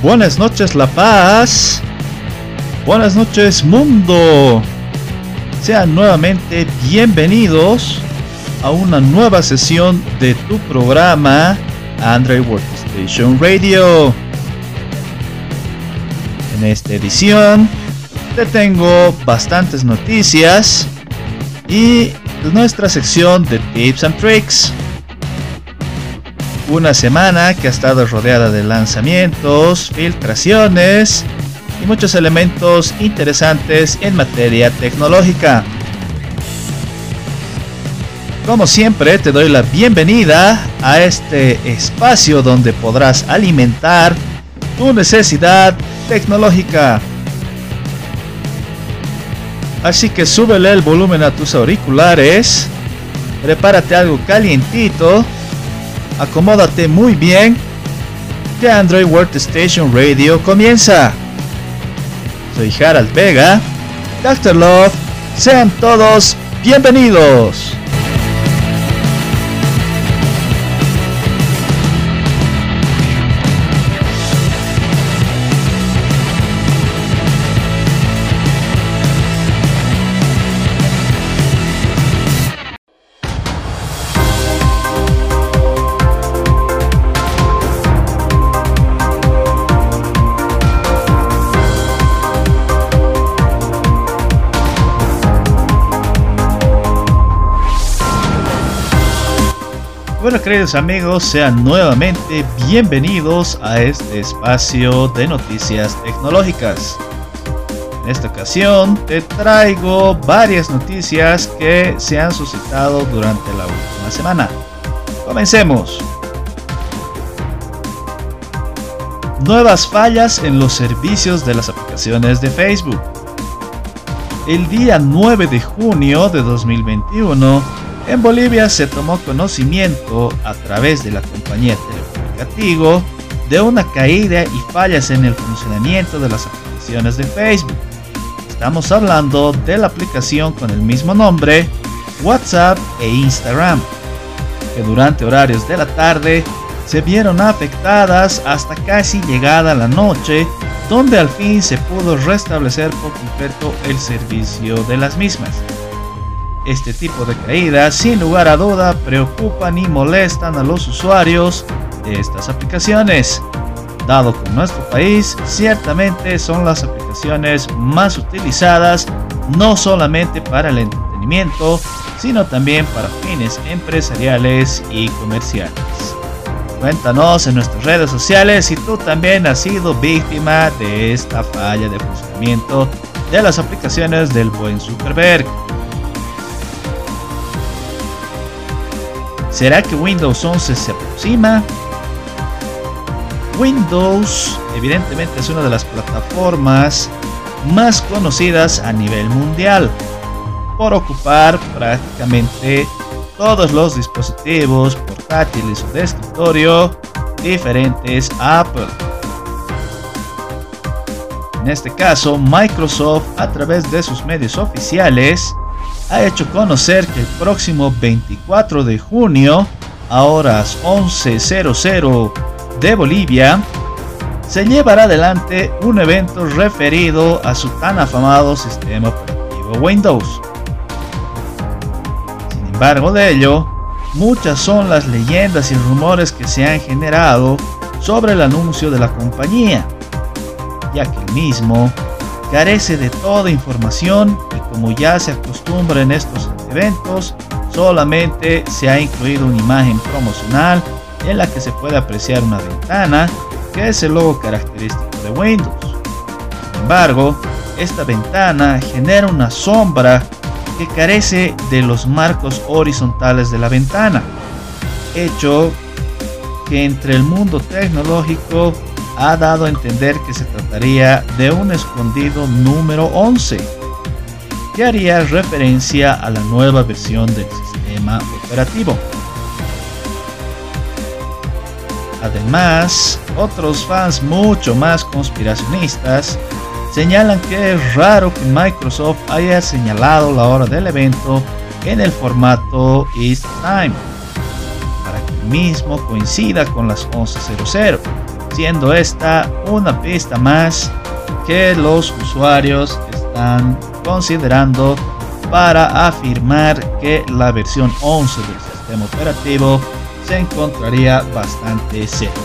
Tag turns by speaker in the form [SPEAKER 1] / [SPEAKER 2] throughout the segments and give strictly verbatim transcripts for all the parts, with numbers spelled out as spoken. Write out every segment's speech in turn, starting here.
[SPEAKER 1] Buenas noches La Paz, buenas noches mundo, sean nuevamente bienvenidos a una nueva sesión de tu programa Android Workstation Radio. En esta edición te tengo bastantes noticias y nuestra sección de Tips and Tricks. Una semana que ha estado rodeada de lanzamientos, filtraciones y muchos elementos interesantes en materia tecnológica. Como siempre, te doy la bienvenida a este espacio donde podrás alimentar tu necesidad tecnológica. Así que súbele el volumen a tus auriculares, prepárate algo calientito, acomódate muy bien, que Android Workstation Radio comienza. Soy Harald Vega, doctor Love, sean todos bienvenidos. Bueno, queridos amigos, sean nuevamente bienvenidos a este espacio de noticias tecnológicas. En esta ocasión te traigo varias noticias que se han suscitado durante la última semana. Comencemos. Nuevas fallas en los servicios de las aplicaciones de Facebook. El día nueve de junio de dos mil veintiuno, en Bolivia se tomó conocimiento a través de la compañía telefónica Tigo de una caída y fallas en el funcionamiento de las aplicaciones de Facebook. Estamos hablando de la aplicación con el mismo nombre, WhatsApp e Instagram, que durante horarios de la tarde se vieron afectadas hasta casi llegada la noche, donde al fin se pudo restablecer por completo el servicio de las mismas. Este tipo de caídas, sin lugar a duda, preocupan y molestan a los usuarios de estas aplicaciones, dado que en nuestro país ciertamente son las aplicaciones más utilizadas, no solamente para el entretenimiento, sino también para fines empresariales y comerciales. Cuéntanos en nuestras redes sociales si tú también has sido víctima de esta falla de funcionamiento de las aplicaciones del buen Zuckerberg. ¿Será que Windows once se aproxima? Windows evidentemente es una de las plataformas más conocidas a nivel mundial, por ocupar prácticamente todos los dispositivos portátiles o de escritorio diferentes a Apple. En este caso, Microsoft, a través de sus medios oficiales, ha hecho conocer que el próximo veinticuatro de junio, a horas once cero cero de Bolivia, se llevará adelante un evento referido a su tan afamado sistema operativo Windows. Sin embargo de ello, muchas son las leyendas y rumores que se han generado sobre el anuncio de la compañía, ya que el mismo carece de toda información y, como ya se acostumbra en estos eventos, solamente se ha incluido una imagen promocional en la que se puede apreciar una ventana, que es el logo característico de Windows. Sin embargo, esta ventana genera una sombra que carece de los marcos horizontales de la ventana, hecho que entre el mundo tecnológico ha dado a entender que se trataría de un escondido número once, que haría referencia a la nueva versión del sistema operativo. Además, otros fans mucho más conspiracionistas señalan que es raro que Microsoft haya señalado la hora del evento en el formato East Time, para que el mismo coincida con las once cero cero, siendo esta una pista más que los usuarios están considerando para afirmar que la versión once del sistema operativo se encontraría bastante cerca.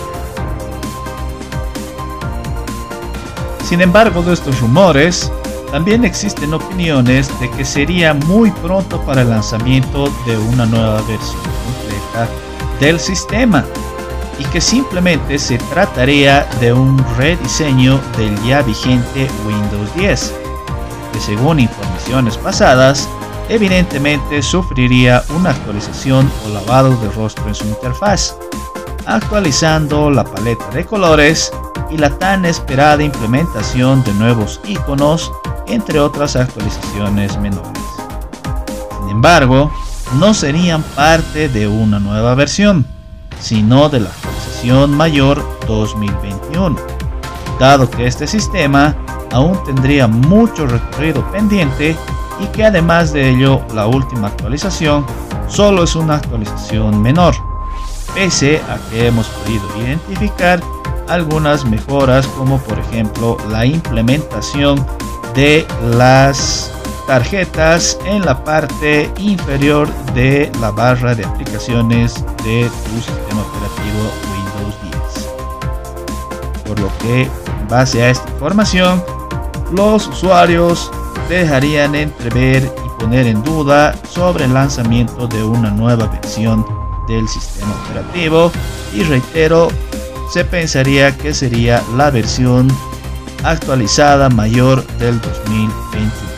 [SPEAKER 1] Sin embargo, de estos rumores, también existen opiniones de que sería muy pronto para el lanzamiento de una nueva versión completa del sistema y que simplemente se trataría de un rediseño del ya vigente Windows diez, que según informaciones pasadas, evidentemente sufriría una actualización o lavado de rostro en su interfaz, actualizando la paleta de colores y la tan esperada implementación de nuevos iconos, entre otras actualizaciones menores. Sin embargo, no serían parte de una nueva versión, sino de la actualización mayor dos mil veintiuno, dado que este sistema aún tendría mucho recorrido pendiente y que además de ello la última actualización solo es una actualización menor, pese a que hemos podido identificar algunas mejoras, como por ejemplo la implementación de las tarjetas en la parte inferior de la barra de aplicaciones de tu sistema operativo Windows diez. Por lo que, en base a esta información, los usuarios dejarían entrever y poner en duda sobre el lanzamiento de una nueva versión del sistema operativo, y reitero, se pensaría que sería la versión actualizada mayor del dos mil veintiuno.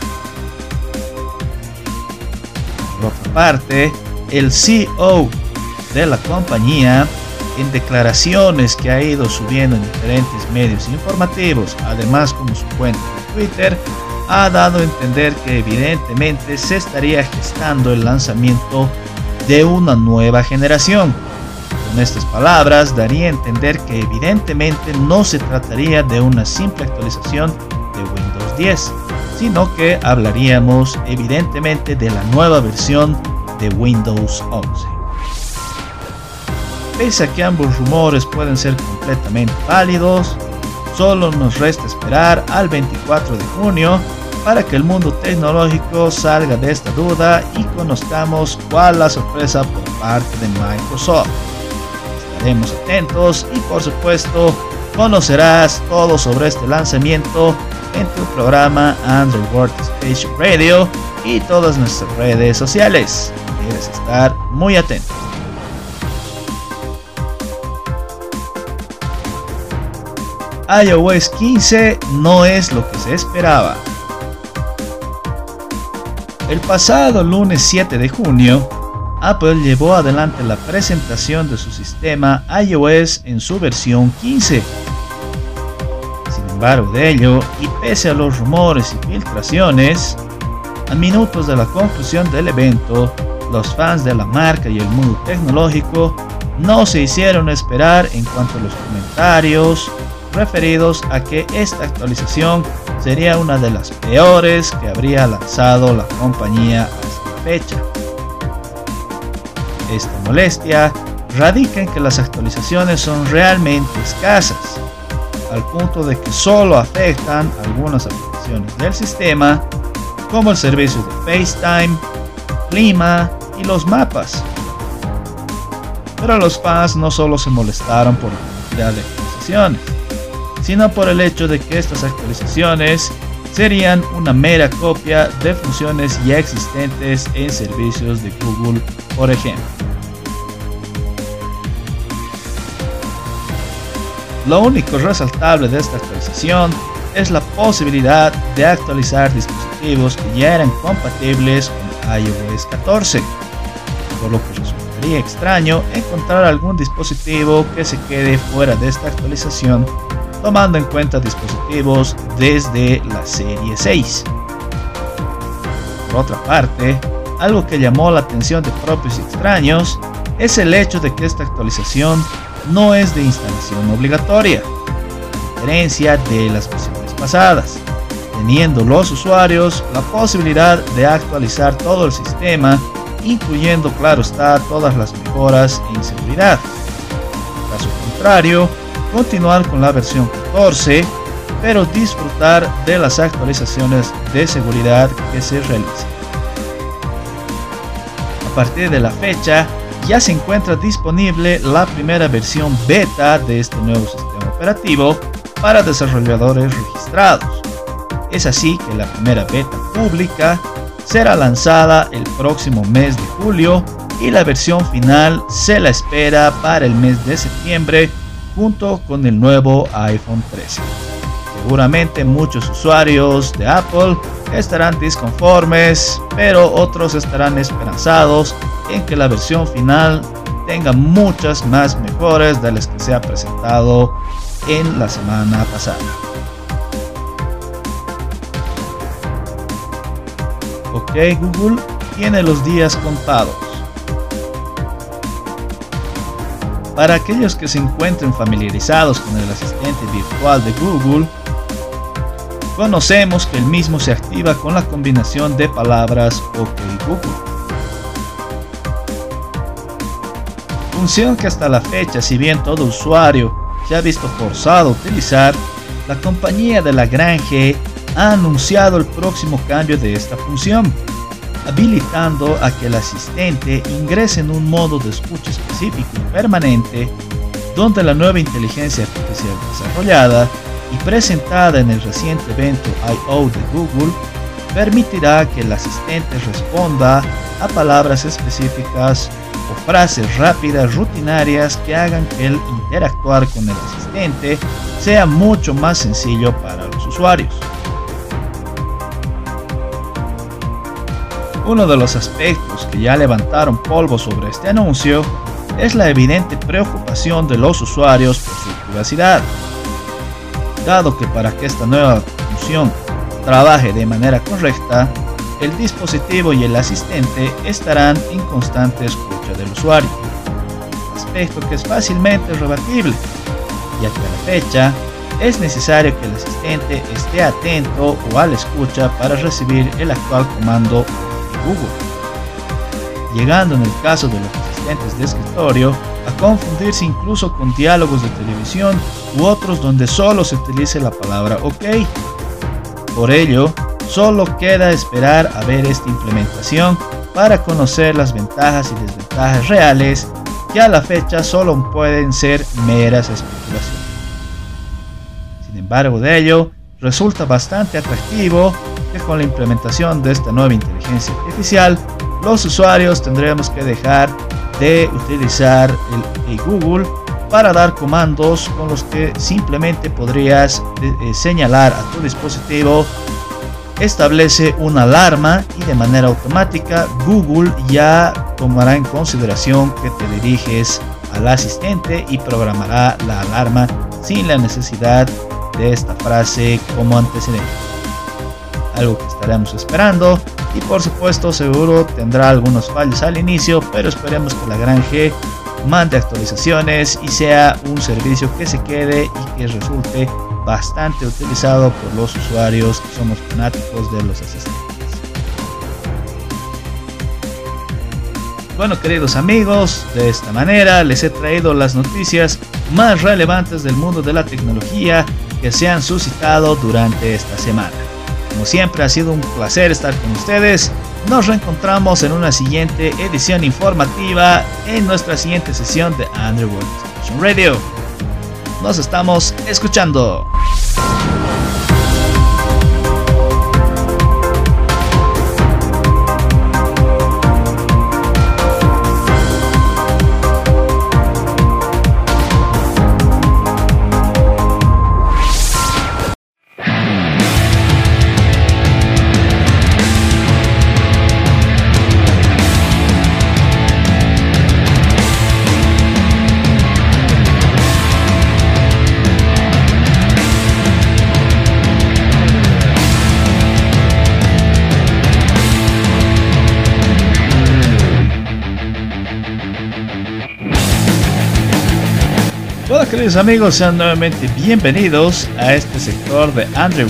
[SPEAKER 1] Por otra parte, el C E O de la compañía, en declaraciones que ha ido subiendo en diferentes medios informativos, además como su cuenta de Twitter, ha dado a entender que evidentemente se estaría gestando el lanzamiento de una nueva generación. Con estas palabras daría a entender que evidentemente no se trataría de una simple actualización de Windows diez, sino que hablaríamos evidentemente de la nueva versión de Windows once. Pese a que ambos rumores pueden ser completamente válidos, solo nos resta esperar al veinticuatro de junio para que el mundo tecnológico salga de esta duda y conozcamos cuál la sorpresa por parte de Microsoft. Estaremos atentos y por supuesto conocerás todo sobre este lanzamiento en tu programa Android Workstation Radio y todas nuestras redes sociales. Debes estar muy atento. i O S quince no es lo que se esperaba. El pasado lunes siete de junio, Apple llevó adelante la presentación de su sistema iOS en su versión quince. Sin embargo de ello, y pese a los rumores y filtraciones, a minutos de la conclusión del evento, los fans de la marca y el mundo tecnológico no se hicieron esperar en cuanto a los comentarios referidos a que esta actualización sería una de las peores que habría lanzado la compañía hasta la fecha. Esta molestia radica en que las actualizaciones son realmente escasas, al punto de que solo afectan algunas aplicaciones del sistema, como el servicio de FaceTime, clima y los mapas. Pero los fans no solo se molestaron por la cantidad de actualizaciones, sino por el hecho de que estas actualizaciones serían una mera copia de funciones ya existentes en servicios de Google, por ejemplo. Lo único resaltable de esta actualización es la posibilidad de actualizar dispositivos que ya eran compatibles con i O S catorce, por lo que resultaría extraño encontrar algún dispositivo que se quede fuera de esta actualización, tomando en cuenta dispositivos desde la serie seis. Por otra parte, algo que llamó la atención de propios y extraños es el hecho de que esta actualización no es de instalación obligatoria, a diferencia de las versiones pasadas, teniendo los usuarios la posibilidad de actualizar todo el sistema, incluyendo, claro está, todas las mejoras en seguridad. En caso contrario, continuar con la versión catorce, pero disfrutar de las actualizaciones de seguridad que se realicen. A partir de la fecha, ya se encuentra disponible la primera versión beta de este nuevo sistema operativo para desarrolladores registrados. Es así que la primera beta pública será lanzada el próximo mes de julio y la versión final se la espera para el mes de septiembre junto con el nuevo iPhone trece. Seguramente muchos usuarios de Apple estarán disconformes, pero otros estarán esperanzados en que la versión final tenga muchas más mejoras de las que se ha presentado en la semana pasada. Ok, Google tiene los días contados. Para aquellos que se encuentren familiarizados con el asistente virtual de Google, conocemos que el mismo se activa con la combinación de palabras OK Google. Función que hasta la fecha, si bien todo usuario se ha visto forzado a utilizar, la compañía de Lagrange ha anunciado el próximo cambio de esta función, habilitando a que el asistente ingrese en un modo de escucha específico y permanente, donde la nueva inteligencia artificial desarrollada y presentada en el reciente evento I O de Google permitirá que el asistente responda a palabras específicas o frases rápidas rutinarias que hagan que el interactuar con el asistente sea mucho más sencillo para los usuarios. Uno de los aspectos que ya levantaron polvo sobre este anuncio es la evidente preocupación de los usuarios por su privacidad, dado que para que esta nueva función trabaje de manera correcta, el dispositivo y el asistente estarán en constante escucha del usuario, aspecto que es fácilmente rebatible, ya que a la fecha es necesario que el asistente esté atento o a la escucha para recibir el actual comando de Google, llegando en el caso de los asistentes de escritorio a confundirse incluso con diálogos de televisión u otros donde solo se utilice la palabra OK. Por ello, solo queda esperar a ver esta implementación para conocer las ventajas y desventajas reales que a la fecha solo pueden ser meras especulaciones. Sin embargo de ello, resulta bastante atractivo que con la implementación de esta nueva inteligencia artificial, los usuarios tendremos que dejar de utilizar el Google para dar comandos con los que simplemente podrías eh, señalar a tu dispositivo, establece una alarma y de manera automática Google ya tomará en consideración que te diriges al asistente y programará la alarma sin la necesidad de esta frase como antecedente. Algo que estaremos esperando y por supuesto seguro tendrá algunos fallos al inicio, pero esperemos que Lagrange mande actualizaciones y sea un servicio que se quede y que resulte bastante utilizado por los usuarios que somos fanáticos de los asistentes. Bueno, queridos amigos, de esta manera les he traído las noticias más relevantes del mundo de la tecnología que se han suscitado durante esta semana. Como siempre, ha sido un placer estar con ustedes. Nos reencontramos en una siguiente edición informativa en nuestra siguiente sesión de Android Workstation Radio. Nos estamos escuchando. Hola queridos amigos, sean nuevamente bienvenidos a este sector de Android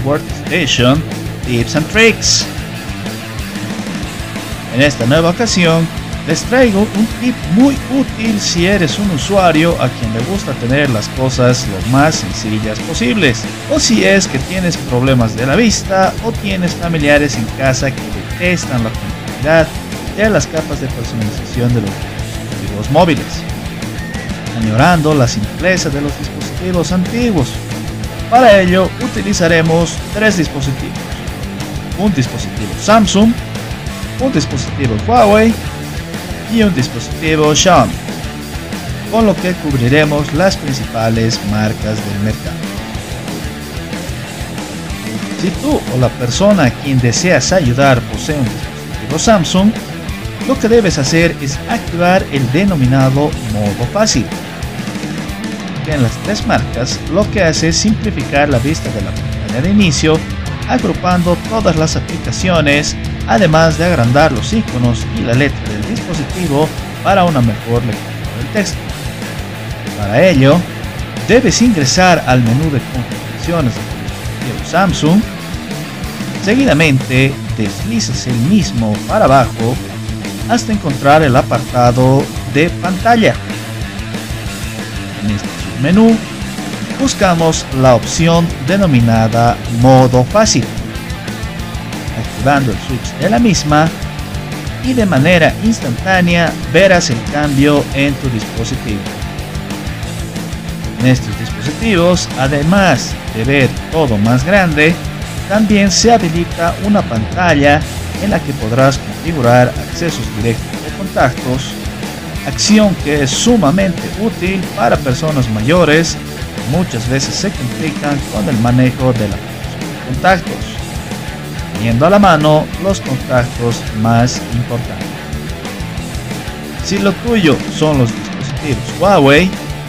[SPEAKER 1] Workstation Tips and Tricks. En esta nueva ocasión Les traigo un tip muy útil si eres un usuario a quien le gusta tener las cosas lo más sencillas posibles, o si es que tienes problemas de la vista o tienes familiares en casa que detestan la complejidad de las capas de personalización de los dispositivos móviles, añorando la simpleza de los dispositivos antiguos. Para ello utilizaremos tres dispositivos: un dispositivo Samsung, un dispositivo Huawei y un dispositivo Xiaomi, con lo que cubriremos las principales marcas del mercado. Si tú o la persona a quien deseas ayudar posee un dispositivo Samsung, lo que debes hacer es activar el denominado modo fácil, que en las tres marcas lo que hace es simplificar la vista de la pantalla de inicio, agrupando todas las aplicaciones, además de agrandar los iconos y la letra del dispositivo para una mejor lectura del texto. Para ello, debes ingresar al menú de configuraciones del dispositivo Samsung. Seguidamente, deslizas el mismo para abajo hasta encontrar el apartado de pantalla. En este submenú, buscamos la opción denominada modo fácil, activando el switch de la misma, y de manera instantánea verás el cambio en tu dispositivo. En estos dispositivos, además de ver todo más grande, también se habilita una pantalla en la que podrás configurar accesos directos de contactos, acción que es sumamente útil para personas mayores que muchas veces se complican con el manejo de la de contactos, teniendo a la mano los contactos más importantes. Si lo tuyo son los dispositivos Huawei,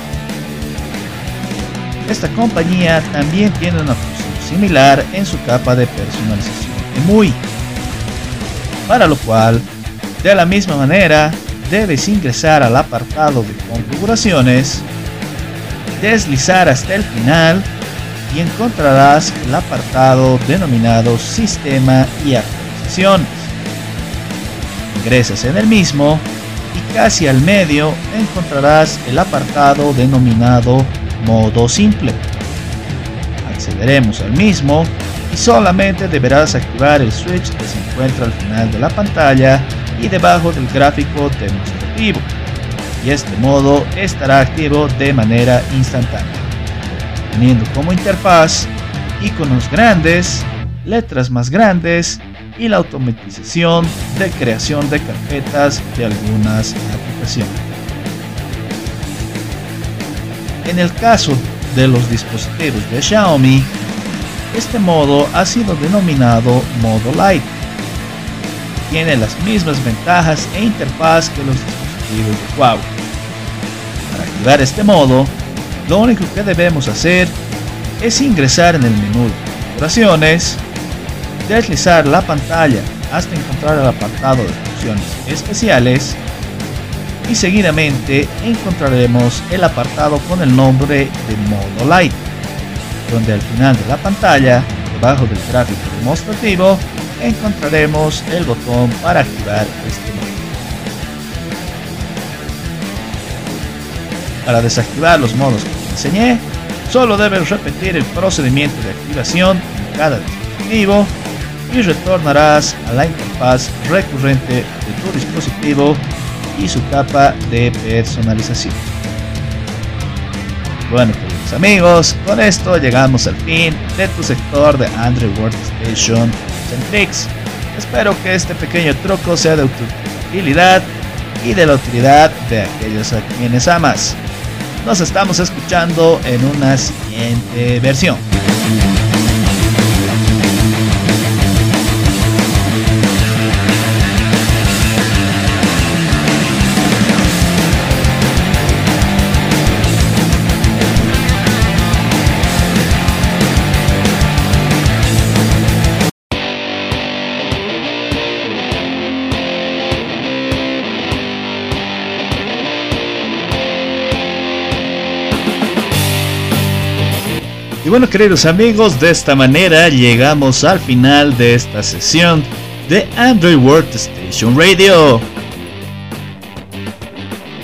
[SPEAKER 1] esta compañía también tiene una función similar en su capa de personalización E M U I, para lo cual, de la misma manera, debes ingresar al apartado de configuraciones, deslizar hasta el final y encontrarás el apartado denominado Sistema y Actualizaciones. Ingresas en el mismo y casi al medio encontrarás el apartado denominado Modo Simple. Accederemos al mismo y solamente deberás activar el switch que se encuentra al final de la pantalla y debajo del gráfico demostrativo, y este modo estará activo de manera instantánea, teniendo como interfaz iconos grandes, letras más grandes y la automatización de creación de carpetas de algunas aplicaciones. En el caso de los dispositivos de Xiaomi, este modo ha sido denominado modo Light. Tiene las mismas ventajas e interfaz que los dispositivos de Huawei. Para activar este modo, lo único que debemos hacer es ingresar en el menú de configuraciones, deslizar la pantalla hasta encontrar el apartado de funciones especiales y seguidamente encontraremos el apartado con el nombre de modo Light, donde al final de la pantalla, debajo del gráfico demostrativo, encontraremos el botón para activar este modo. Para desactivar los modos que te enseñé, solo debes repetir el procedimiento de activación en cada dispositivo y retornarás a la interfaz recurrente de tu dispositivo y su capa de personalización. Bueno, queridos amigos, con esto llegamos al fin de tu sector de Android Workstation Tricks. Espero que este pequeño truco sea de tu utilidad y de la utilidad de aquellos a quienes amas. Nos estamos escuchando en una siguiente versión. Y bueno, queridos amigos, de esta manera llegamos al final de esta sesión de Android Workstation Radio.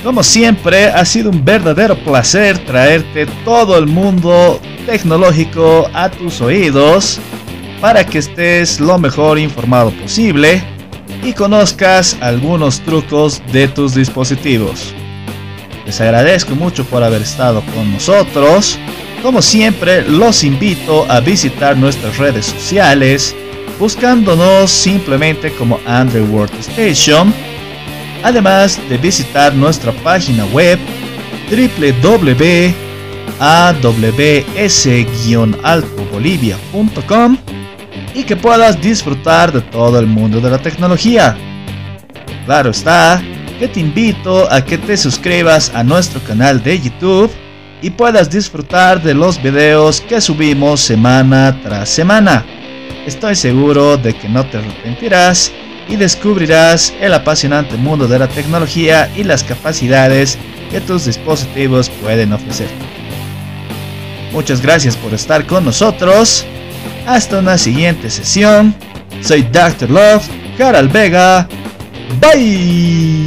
[SPEAKER 1] Como siempre, ha sido un verdadero placer traerte todo el mundo tecnológico a tus oídos para que estés lo mejor informado posible y conozcas algunos trucos de tus dispositivos. Les agradezco mucho por haber estado con nosotros. Como siempre, los invito a visitar nuestras redes sociales buscándonos simplemente como Android Workstation, además de visitar nuestra página web doble u doble u doble u punto a w s guion alto bolivia punto com y que puedas disfrutar de todo el mundo de la tecnología. Claro está que te invito a que te suscribas a nuestro canal de YouTube y puedas disfrutar de los videos que subimos semana tras semana. Estoy seguro de que no te arrepentirás y descubrirás el apasionante mundo de la tecnología y las capacidades que tus dispositivos pueden ofrecer. Muchas gracias por estar con nosotros. Hasta una siguiente sesión. Soy doctor Love, Harald Vega. Bye.